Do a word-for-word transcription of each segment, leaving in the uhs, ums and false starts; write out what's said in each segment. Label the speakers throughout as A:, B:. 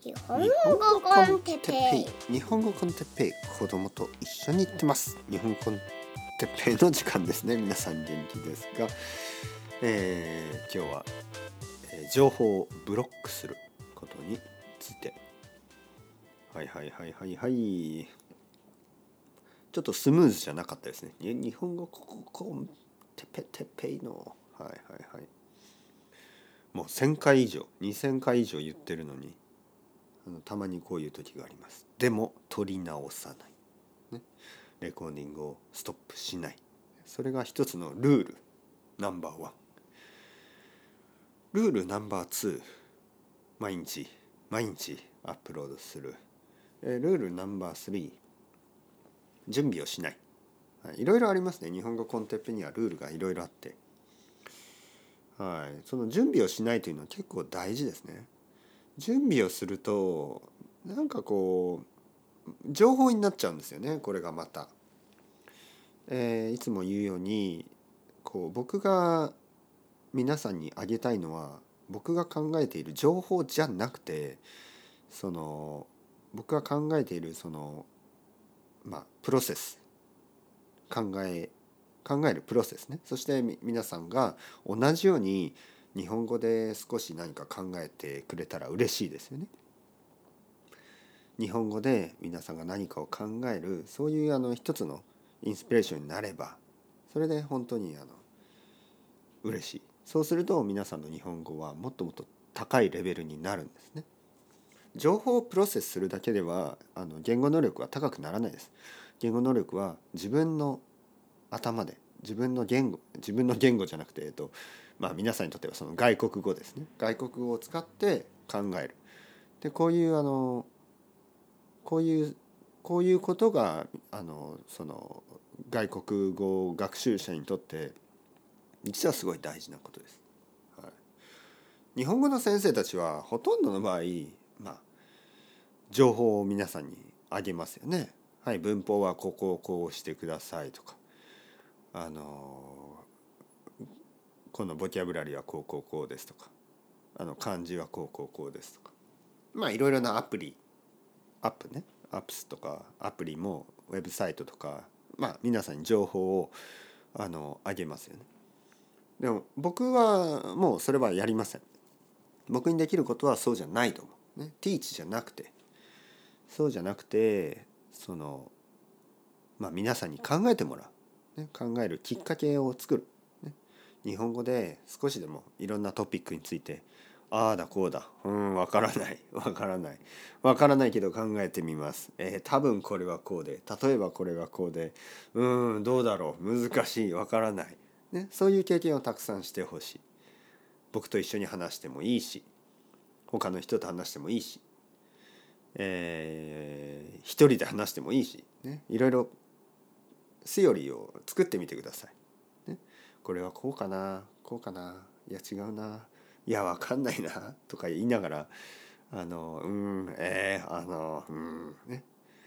A: 日本語コンテッペイ
B: 日本語コンテッペイ子供と一緒に行ってます。日本コンテッペイの時間ですね。皆さん元気ですが、えー、今日は、えー、情報をブロックすることについてはいはいはいはいはいちょっとスムーズじゃなかったですね。日本語コンテッペイテッペイのはいはいはいもうせんかい以上にせんかい以上言ってるのにあのたまにこういう時があります。でも取り直さない、ね、レコーディングをストップしない。それが一つのルールナンバーワン。ルールナンバーツー、毎日毎日アップロードする。ルールナンバースリー、準備をしない。いろいろありますね。日本語コンテッペにはルールがいろいろあって、はい、その準備をしないというのは結構大事ですね。準備をするとなんかこう情報になっちゃうんですよね。これがまた、えー、いつも言うようにこう僕が皆さんにあげたいのは僕が考えている情報じゃなくて、その僕が考えているそのまあプロセス、考え考えるプロセスね。そして皆さんが同じように日本語で少し何か考えてくれたら嬉しいですよね。日本語で皆さんが何かを考える、そういうあの一つのインスピレーションになれば、それで本当にあの嬉しい。そうすると皆さんの日本語はもっともっと高いレベルになるんですね。情報をプロセスするだけではあの言語能力は高くならないです。言語能力は自分の頭で自分の言語自分の言語じゃなくて、えっとまあ、皆さんにとってはその外国語ですね。外国語を使って考える。でこういうあのこういうこういうことがあのその外国語学習者にとって実はすごい大事なことです。はい、日本語の先生たちはほとんどの場合、まあ、情報を皆さんにあげますよね。はい、文法はここをこうしてくださいとか、あのこのボキャブラリーはこうこうこうですとか、あの漢字はこうこうこうですとか、まあいろいろなアプリアップねアップスとかアプリもウェブサイトとか、まあ皆さんに情報をあのあげますよね。でも僕はもうそれはやりません。僕にできることはそうじゃないと思う、ね、ティーチじゃなくてそうじゃなくてそのまあ皆さんに考えてもらう、ね、考えるきっかけを作る、ね、日本語で少しでもいろんなトピックについてああだこうだうんわからないわからないわからないけど考えてみます、えー、多分これはこうで例えばこれはこうでうんどうだろう難しいわからない、ね、そういう経験をたくさんしてほしい。僕と一緒に話してもいいし他の人と話してもいいし、えー、一人で話してもいいし、ね、いろいろセオリーを作ってみてください、ね、これはこうかなこうかないや違うないやわかんないなとか言いながらあのうんえー、あのうんね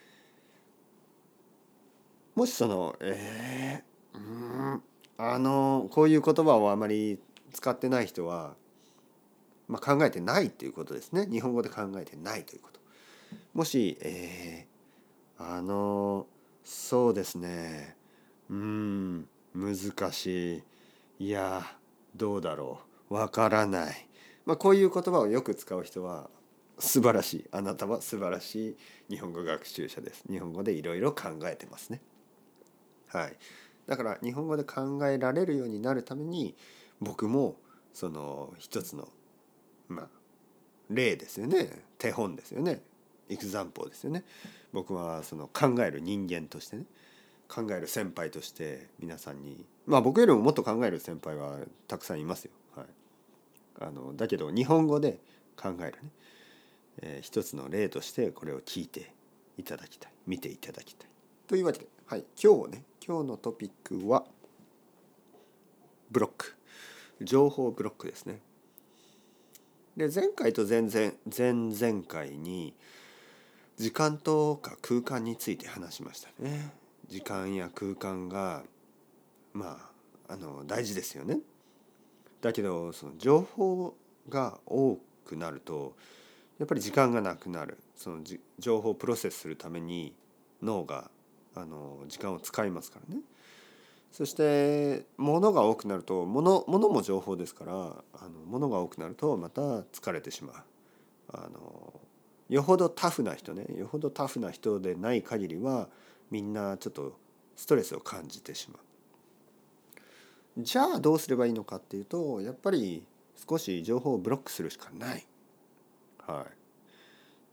B: もしそのえー、うんあのこういう言葉をあまり使ってない人は、まあ、考えてないっていうことですね。日本語で考えてないということ。もし、えー、あのそうですねうーん難しいいやどうだろうわからない、まあ、こういう言葉をよく使う人は素晴らしい。あなたは素晴らしい日本語学習者です。日本語でいろいろ考えてますね。はい、だから日本語で考えられるようになるために僕もその一つのまあ例ですよね。手本ですよね。エクザンポーですよね。僕はその考える人間としてね考える先輩として皆さんにまあ僕よりももっと考える先輩はたくさんいますよ。はい、あのだけど日本語で考えるね、えー、一つの例としてこれを聞いていただきたい見ていただきたいというわけで、はい、今日ね今日のトピックはブロック情報ブロックですね。で前回と前々前々回に時間とか空間について話しましたね。時間や空間がまああの大事ですよね。だけどその情報が多くなるとやっぱり時間がなくなる。そのじ情報をプロセスするために脳があの時間を使いますからね。そして物が多くなると物、物も情報ですから、あの物が多くなるとまた疲れてしまう。あのよほどタフな人ね、よほどタフな人でない限りはみんなちょっとストレスを感じてしまう。じゃあどうすればいいのかっていうと、やっぱり少し情報をブロックするしかない。はい、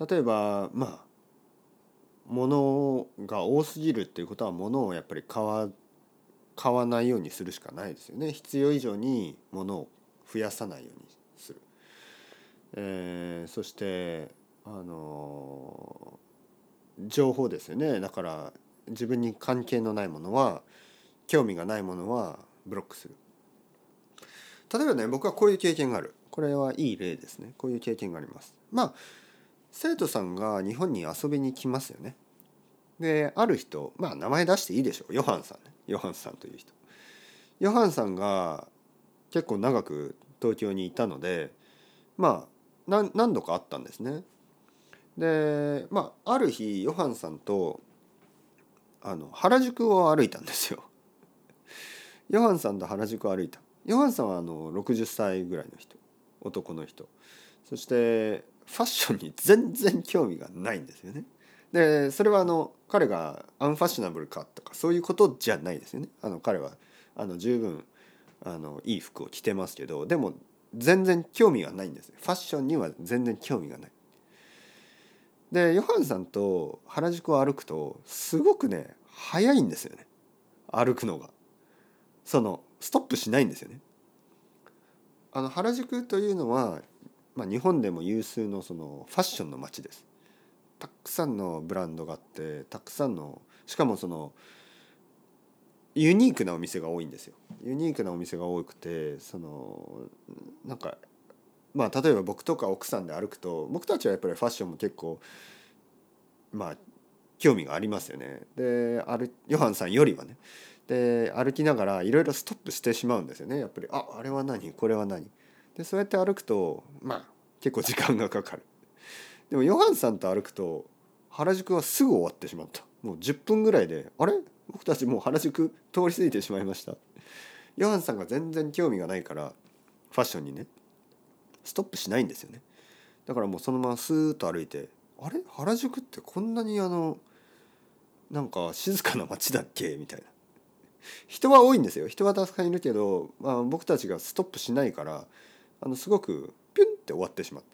B: 例えばまあ物が多すぎるっていうことは物をやっぱり買わ買わないようにするしかないですよね。必要以上に物を増やさないようにする。えー、そしてあの情報ですよね。だから自分に関係のないものは、興味がないものはブロックする。例えばね、僕はこういう経験がある。これはいい例ですね。こういう経験があります。まあ生徒さんが日本に遊びに来ますよね。である人、まあ名前出していいでしょう。ヨハンさんね。ヨハンさんという人。ヨハンさんが結構長く東京にいたので、まあ何何度かあったんですね。でまあある日ヨハンさんとあの原宿を歩いたんですよ。ヨハンさんと原宿を歩いた。ヨハンさんはあのろくじゅっさいぐらいの人、男の人。そしてファッションに全然興味がないんですよね。でそれはあの彼がアンファッショナブルかとかそういうことじゃないですよね。あの彼はあの十分あのいい服を着てますけど、でも全然興味がないんです。ファッションには全然興味がない。でヨハンさんと原宿を歩くとすごくね速いんですよね。歩くのがそのストップしないんですよね。あの原宿というのは、まあ、日本でも有数のそのファッションの街です。たくさんのブランドがあって、たくさんの、しかもそのユニークなお店が多いんですよ。ユニークなお店が多くて、そのなんかまあ例えば僕とか奥さんで歩くと、僕たちはやっぱりファッションも結構まあ興味がありますよね。であるヨハンさんよりはね。で歩きながらいろいろストップしてしまうんですよね。やっぱりああれは何これは何で、そうやって歩くとまあ結構時間がかかる。でもヨハンさんと歩くと原宿はすぐ終わってしまった。もうじゅっぷんぐらいであれ僕たちもう原宿通り過ぎてしまいました。ヨハンさんが全然興味がないからファッションにねストップしないんですよね。だからもうそのままスーッと歩いて、あれ原宿ってこんなにあのなんか静かな街だっけみたいな。人は多いんですよ。人はたくさんいるけど、まあ、僕たちがストップしないからあのすごくピュンって終わってしまった。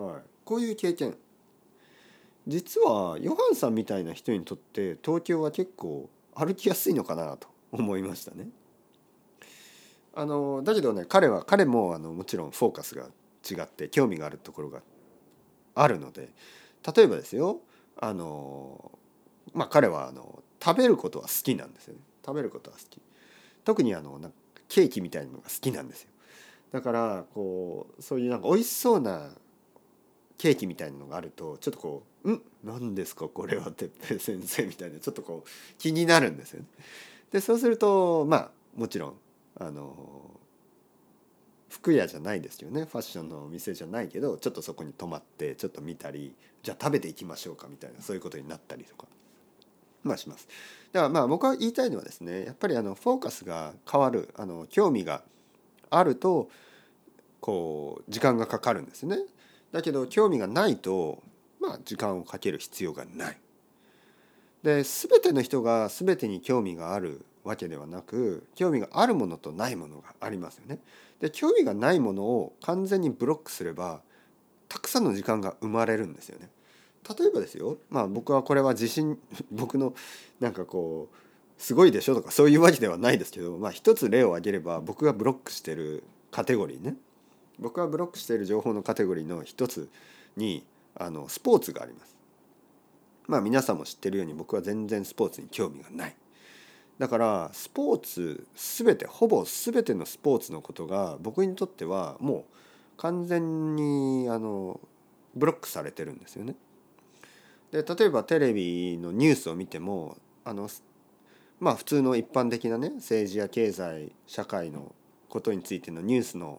B: はい、こういう経験、実はヨハンさんみたいな人にとって東京は結構歩きやすいのかなと思いましたね。あのだけどね、彼は彼もあのもちろんフォーカスが違って興味があるところがあるので、例えばですよ、あのまあ彼はあの食べることは好きなんですよね。食べることは好き。特にあのなんかケーキみたいなのが好きなんですよ。だからこうそういうなんか美味しそうなケーキみたいなのがあるとちょっとこう「ん何ですかこれは哲平先生」みたいなちょっとこう気になるんですよね。でそうするとまあもちろんあの服屋じゃないですよね、ファッションのお店じゃないけどちょっとそこに泊まってちょっと見たり、じゃあ食べていきましょうかみたいなそういうことになったりとかまあします。だからまあ僕は言いたいのはですね、やっぱりあのフォーカスが変わる、あの興味があるとこう時間がかかるんですね。だけど興味がないとまあ時間をかける必要がない。で全ての人が全てに興味があるわけではなく、興味があるものとないものがありますよね。で興味がないものを完全にブロックすればたくさんの時間が生まれるんですよね。例えばですよ、まあ僕はこれは自信僕のなんかこうすごいでしょとかそういうわけではないですけど、まあ一つ例を挙げれば僕がブロックしてるカテゴリーね、僕がブロックしている情報のカテゴリーの一つにあのスポーツがあります。まあ皆さんも知ってるように僕は全然スポーツに興味がない。だからスポーツ全てほぼ全てのスポーツのことが僕にとってはもう完全にあのブロックされてるんですよね。で例えばテレビのニュースを見てもあのまあ普通の一般的なね政治や経済社会のことについてのニュースの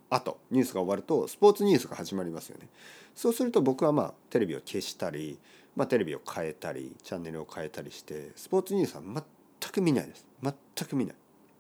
B: 後ニュースが終わるとスポーツニュースが始まりますよね。そうすると僕はまあテレビを消したり、まあ、テレビを変えたりチャンネルを変えたりしてスポーツニュースは全く見ないです。全く見ない。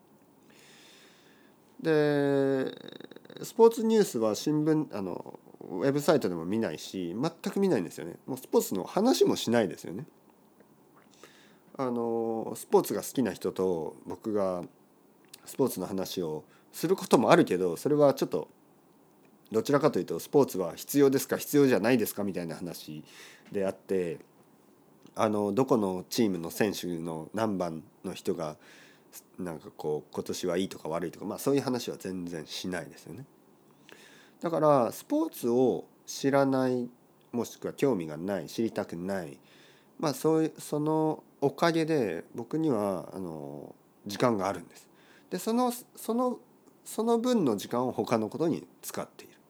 B: でスポーツニュースは新聞あのウェブサイトでも見ないし全く見ないんですよね。もうスポーツの話もしないですよね。あのスポーツが好きな人と僕がスポーツの話をすることもあるけど、それはちょっとどちらかというとスポーツは必要ですか必要じゃないですかみたいな話であって、あのどこのチームの選手の何番の人がなんかこう今年はいいとか悪いとか、まあそういう話は全然しないですよね。だからスポーツを知らない、もしくは興味がない、知りたくない、まあそういうそのおかげで僕にはあの時間があるんです。でそのそのその分の時間を他のことに使っている。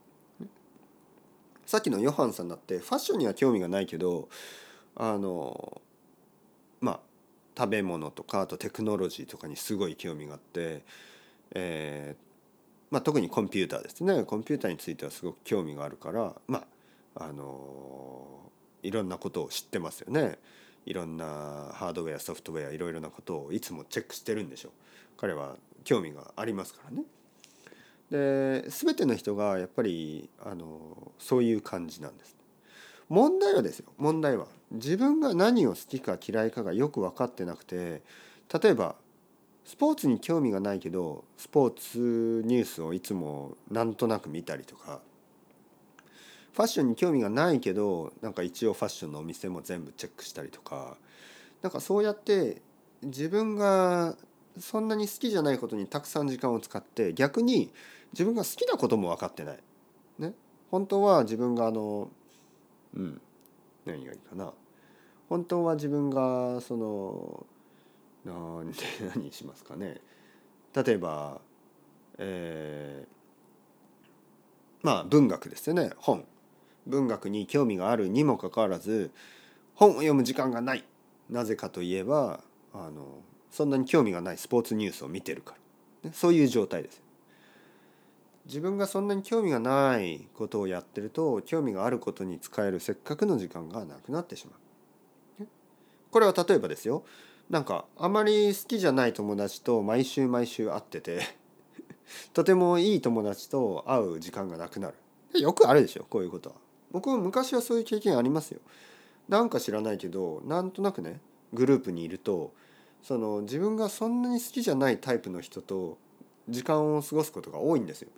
B: さっきのヨハンさんだってファッションには興味がないけど、あのまあ食べ物とかあとテクノロジーとかにすごい興味があって、えーまあ、特にコンピューターですね。コンピューターについてはすごく興味があるから、まああのいろんなことを知ってますよね。いろんなハードウェアソフトウェアいろいろなことをいつもチェックしてるんでしょう。彼は興味がありますからね。で全ての人がやっぱりあのそういう感じなんです。問題はですよ問題は自分が何を好きか嫌いかがよく分かってなくて、例えばスポーツに興味がないけどスポーツニュースをいつもなんとなく見たりとか、ファッションに興味がないけどなんか一応ファッションのお店も全部チェックしたりとか、なんかそうやって自分がそんなに好きじゃないことにたくさん時間を使って逆に自分が好きなことも分かってない、ね、本当は自分があのうん何がいいかな、本当は自分がそのなんて何にしますかね、例えば、えー、まあ文学ですよね。本文学に興味があるにもかかわらず本を読む時間がない。なぜかといえばあのそんなに興味がないスポーツニュースを見てるから、ね、そういう状態です。自分がそんなに興味がないことをやってると興味があることに使えるせっかくの時間がなくなってしまう。これは例えばですよ、なんかあまり好きじゃない友達と毎週毎週会っててとてもいい友達と会う時間がなくなる。よくあるでしょこういうことは。僕も昔はそういう経験ありますよ。なんか知らないけどなんとなくねグループにいるとその自分がそんなに好きじゃないタイプの人と時間を過ごすことが多いんですよ。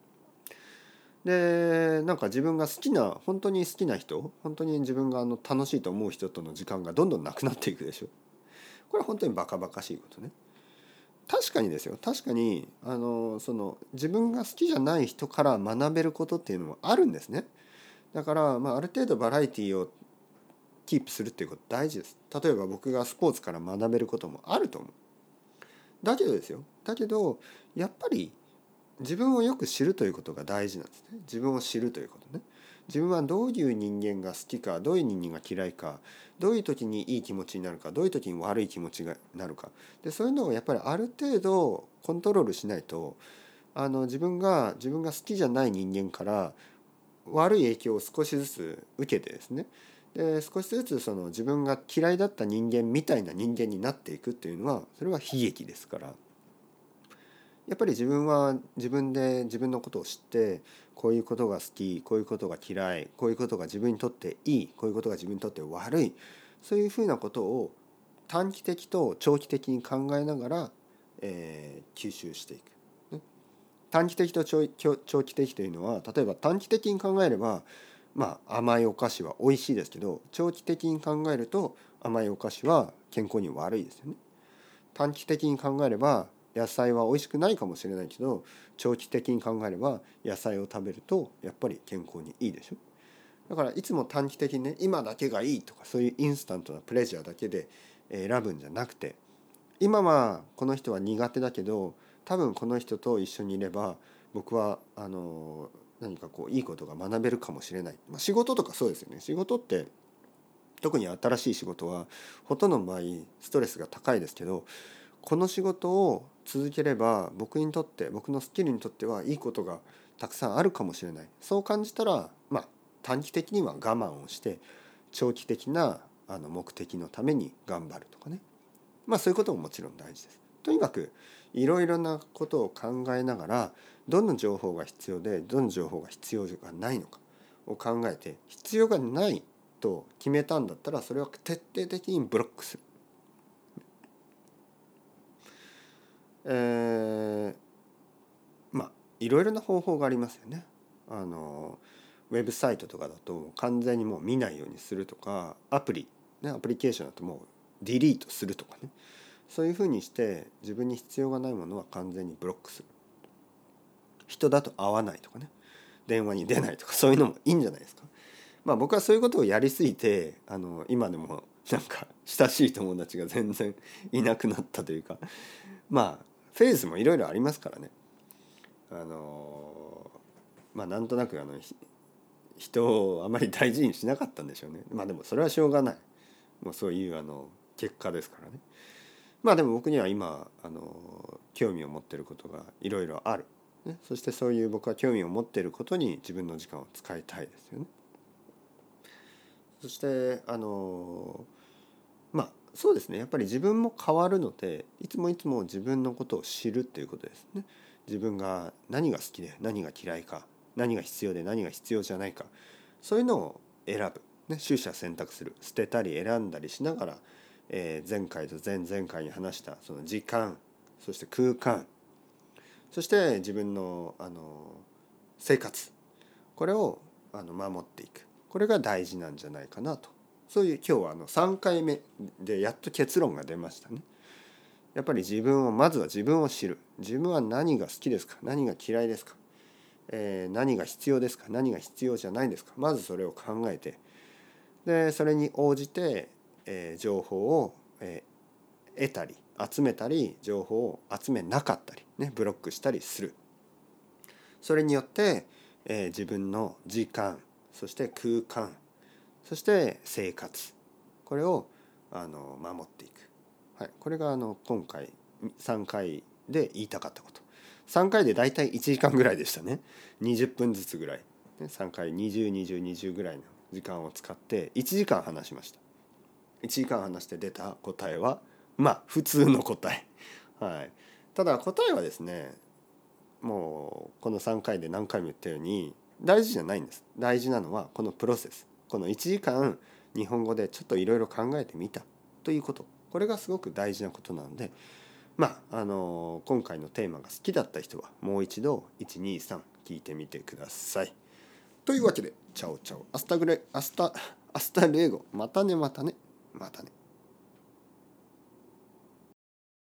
B: でなんか自分が好きな本当に好きな人、本当に自分があの楽しいと思う人との時間がどんどんなくなっていくでしょ。これは本当にバカバカしいことね。確かにですよ、確かにあのその自分が好きじゃない人から学べることっていうのもあるんですね。だから、まあ、ある程度バラエティをキープするっていうこと大事です。例えば僕がスポーツから学べることもあると思う。だけどですよ、だけどやっぱり自分をよく知るということが大事なんですね。自分を知るということね。自分はどういう人間が好きか、どういう人間が嫌いか、どういう時にいい気持ちになるか、どういう時に悪い気持ちがなるか、でそういうのをやっぱりある程度コントロールしないと、あの自分が自分が好きじゃない人間から悪い影響を少しずつ受けてですね、で少しずつその自分が嫌いだった人間みたいな人間になっていくっていうのはそれは悲劇ですから、やっぱり自分は自分で自分のことを知って、こういうことが好き、こういうことが嫌い、こういうことが自分にとっていい、こういうことが自分にとって悪い、そういうふうなことを短期的と長期的に考えながら、えー吸収していく。短期的と長長期的というのは、例えば短期的に考えれば、まあ、甘いお菓子は美味しいですけど、長期的に考えると甘いお菓子は健康に悪いですよね。短期的に考えれば野菜は美味しくないかもしれないけど、長期的に考えれば野菜を食べるとやっぱり健康にいいでしょ。だからいつも短期的にね、今だけがいいとかそういうインスタントなプレジャーだけで選ぶんじゃなくて、今はこの人は苦手だけど多分この人と一緒にいれば僕はあの何かこういいことが学べるかもしれない、まあ、仕事とかそうですよね。仕事って特に新しい仕事はほとんどの場合ストレスが高いですけど、 この仕事を続ければ僕にとって僕のスキルにとってはいいことがたくさんあるかもしれない、そう感じたら、まあ短期的には我慢をして長期的なあの目的のために頑張るとかね、まあそういうことももちろん大事です。とにかくいろいろなことを考えながら、どの情報が必要でどの情報が必要がないのかを考えて、必要がないと決めたんだったらそれは徹底的にブロックする。えー、まあいろいろな方法がありますよね。あのウェブサイトとかだと完全にもう見ないようにするとか、アプリ、ね、アプリケーションだともうディリートするとかね、そういうふうにして自分に必要がないものは完全にブロックする。人だと会わないとかね、電話に出ないとか、そういうのもいいんじゃないですか。まあ僕はそういうことをやりすぎて、あの今でもなんか親しい友達が全然いなくなったというか、まあフェーズもいろいろありますからね。あのまあなんとなくあの人をあまり大事にしなかったんでしょうね。まあでもそれはしょうがない。もうそういうあの結果ですからね。まあでも僕には今あの興味を持っていることがいろいろある、ね、そしてそういう僕は興味を持っていることに自分の時間を使いたいですよね。そしてあのまあそうですね、やっぱり自分も変わるので、いつもいつも自分のことを知るということですね。自分が何が好きで何が嫌いか、何が必要で何が必要じゃないか、そういうのを選ぶ、ね、取捨選択する、捨てたり選んだりしながら、えー、前回と前々回に話したその時間、そして空間、そして自分のあの生活、これをあの守っていく、これが大事なんじゃないかなと。そういう今日はあのさんかいめでやっと結論が出ましたね。やっぱり自分をまずは自分を知る。自分は何が好きですか、何が嫌いですか、えー、何が必要ですか、何が必要じゃないですか、まずそれを考えて、でそれに応じて、えー、情報を、えー、得たり集めたり、情報を集めなかったり、ね、ブロックしたりする。それによって、えー、自分の時間、そして空間、そして生活、これをあの守っていく、はい、これがあの今回さんかいで言いたかったこと。さんかいでだいたいいちじかんぐらいでしたね。にじゅっぷんずつぐらい、さんかいにじゅう、にじゅう、にじゅうぐらいの時間を使っていちじかん話しました。いちじかん話して出た答えはまあ普通の答え、はい、ただ答えはですね、もうこのさんかいで何回も言ったように大事じゃないんです。大事なのはこのプロセス、このいちじかん日本語でちょっといろいろ考えてみたということ、これがすごく大事なことなので、まああの今回のテーマが好きだった人はもう一度いちにさん聞いてみてください。というわけでチャオチャオアスタグレアスタアスタレーゴ、またねまたねまたね。